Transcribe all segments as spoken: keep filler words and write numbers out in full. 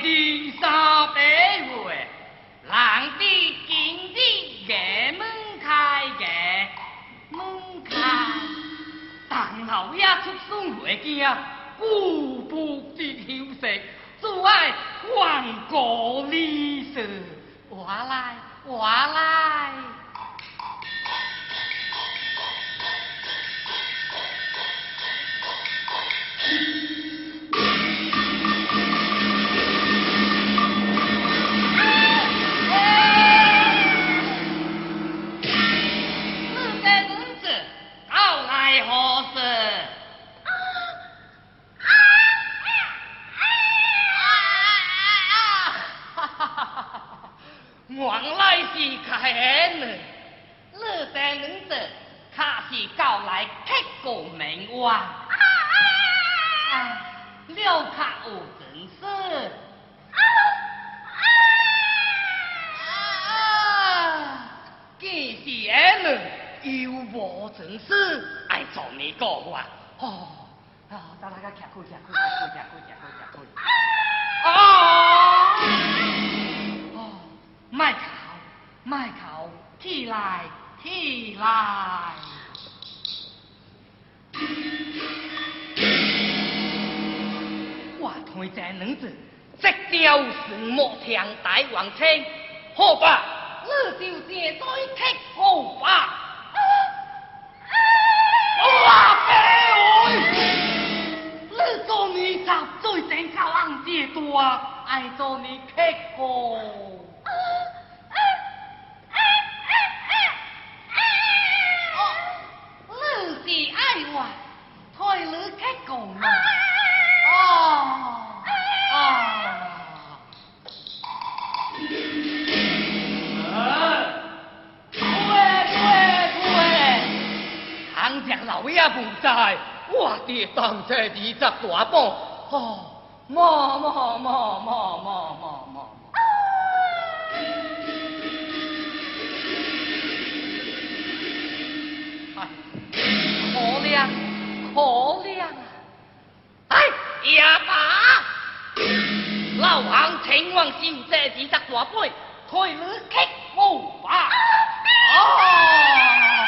第三百回，人的今日夜门开夜门开，当老爷出送回家，顾不知休息，只爱换个理事。我来，我来。原来是开恩呢，你这女子确是到来刻骨铭心，哎，了确有真事。啊，既是恩人，又无真事，爱做你个我，哦，啊，大家徛开徛开徛开徛开徛开徛开，啊！卖考，卖考，起来，起来！我推这两字，直雕神木强大王清，好吧，你就这再踢好吧。哇！你做你十岁真靠红这大，爱做你踢过。你是爱我，推你去讲嘛？哦哦。对对对，倘若老爷不在，我得当这二十大板。哦，莫莫莫莫莫莫莫。可怜，可怜啊！哎，爷爸，老行情愿受这二十大杯，推你乞我吧！哦。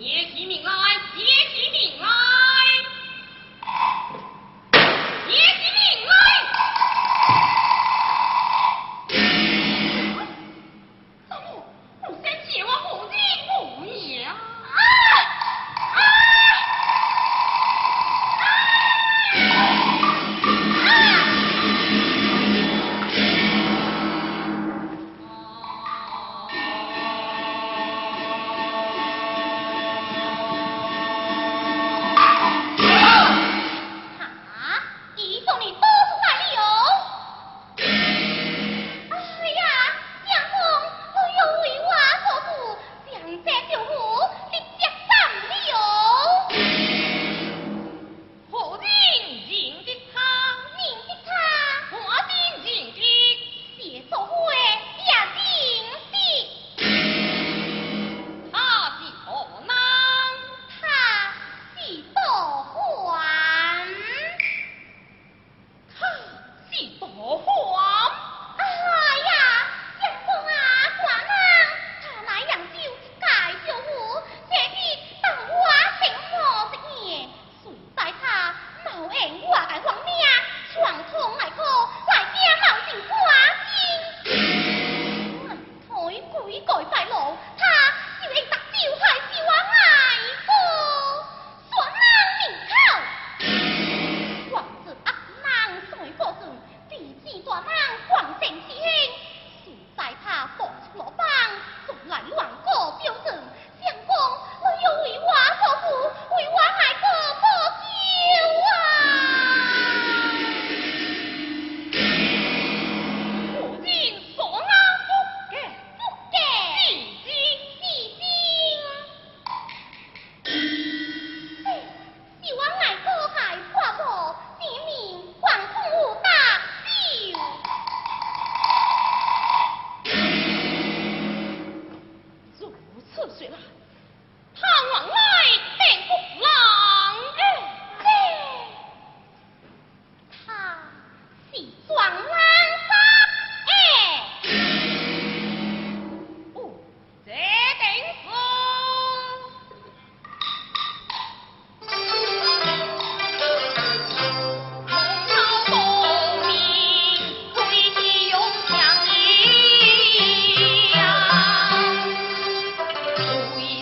为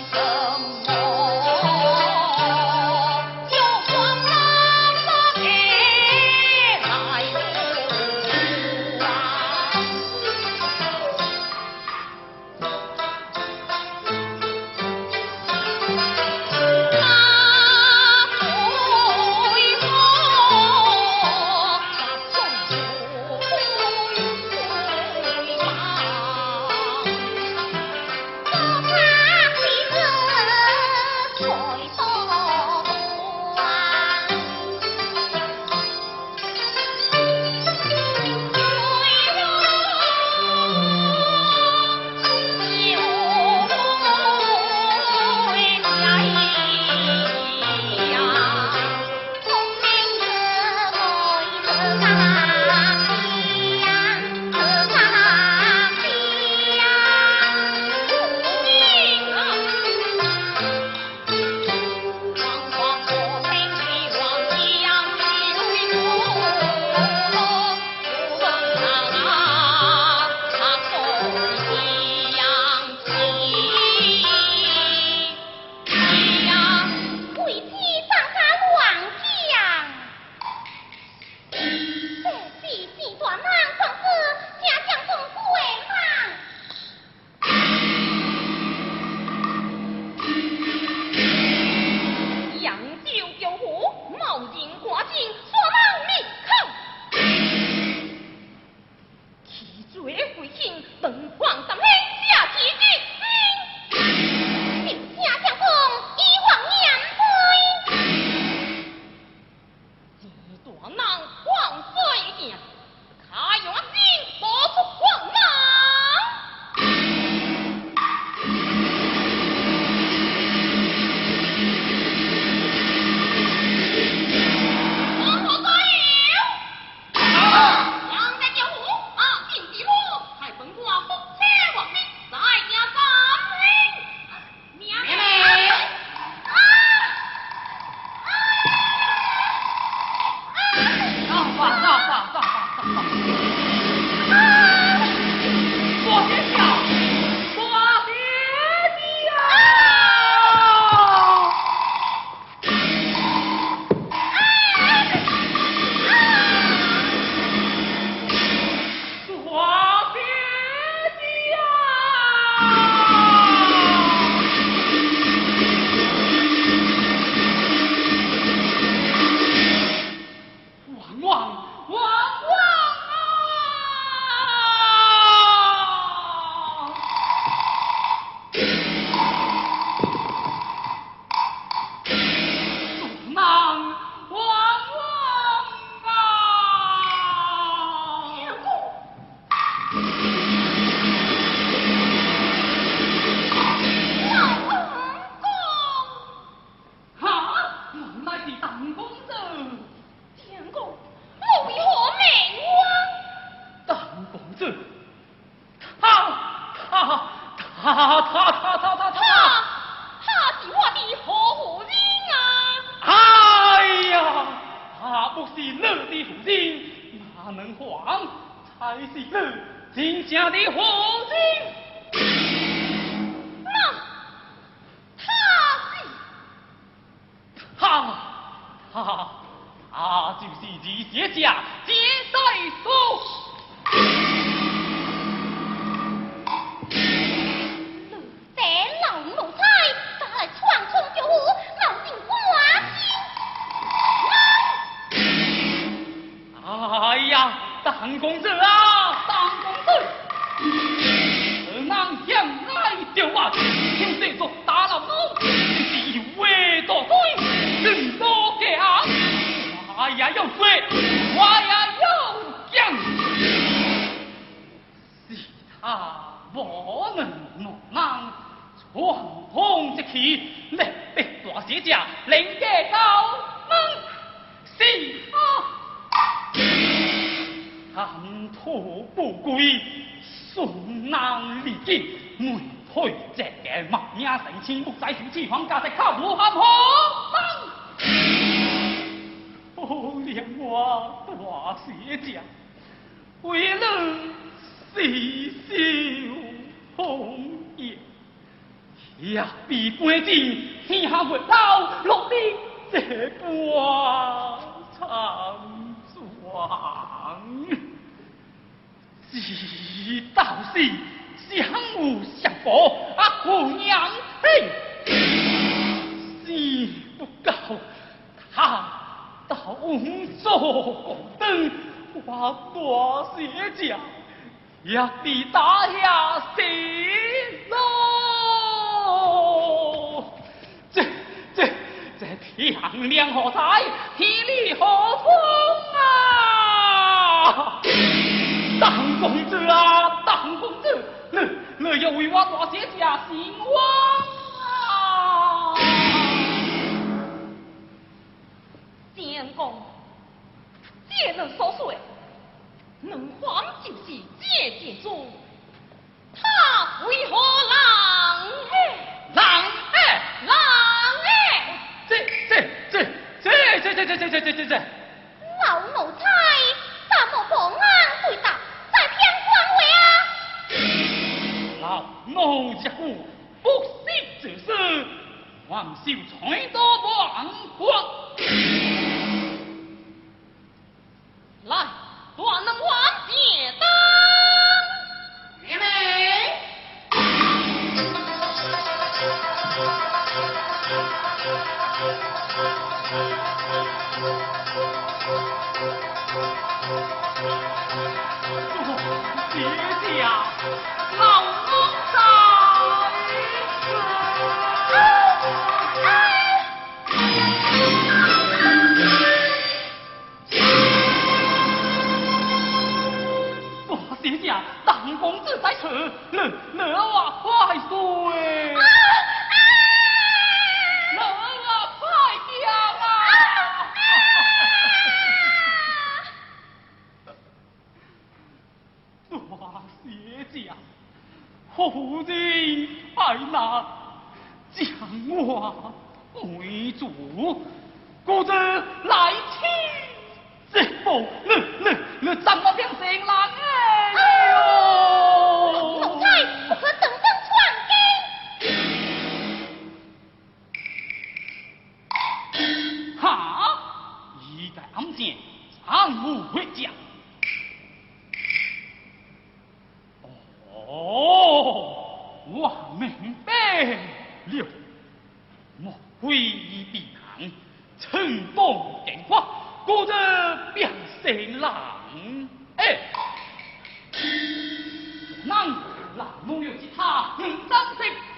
他他他他他他他他是我的好夫人啊！ 哎呀，他不是你的夫人，哪能还才是你真正的夫人？ 那他是他他他就是李学家金赛叔。哎呀，当公子啊，当公子，这男向来就话，听这说打老奴，是有为作对，更多讲，话也要说，话也要讲，是他无能弄人，传统之气，力逼大写家，令家高门，是他。谈吐不归，顺难离境，每推这个万年神仙不在手，气皇家在靠无喊何能？哦，连我大写家，为了细修红叶，也必归尽下回到落地这瓜长床。是道是相互相扶，啊姑娘嘿，是不够，他到做红灯，我大写家也必打下心喽。这这这天亮何在？天理何从啊？当公子啊，当公子，你你要为我大写下兴旺啊！ 相公，借人所说，能还就是借借主，他为何狼哎？ 狼哎， 狼哎！ 这这这这这这这这这这这， 老奴才怎么碰安对答？在偏官位啊！ 老奴一股不惜之事，王秀才多王国。 来，断能还借灯。 妹妹。 谢家老奴在此。大谢家当公子在此，你你话快说哎！你话快讲啊！大谢家夫人爱拿将我为主，故此来请这步，你你你怎么变成人哎呦！ 奴才不可等等传经。 哈！一个暗线，常无回家。哦，我明白了。莫非避难，乘风电话，故此变成狼。哎，那老奴有其他，你当心。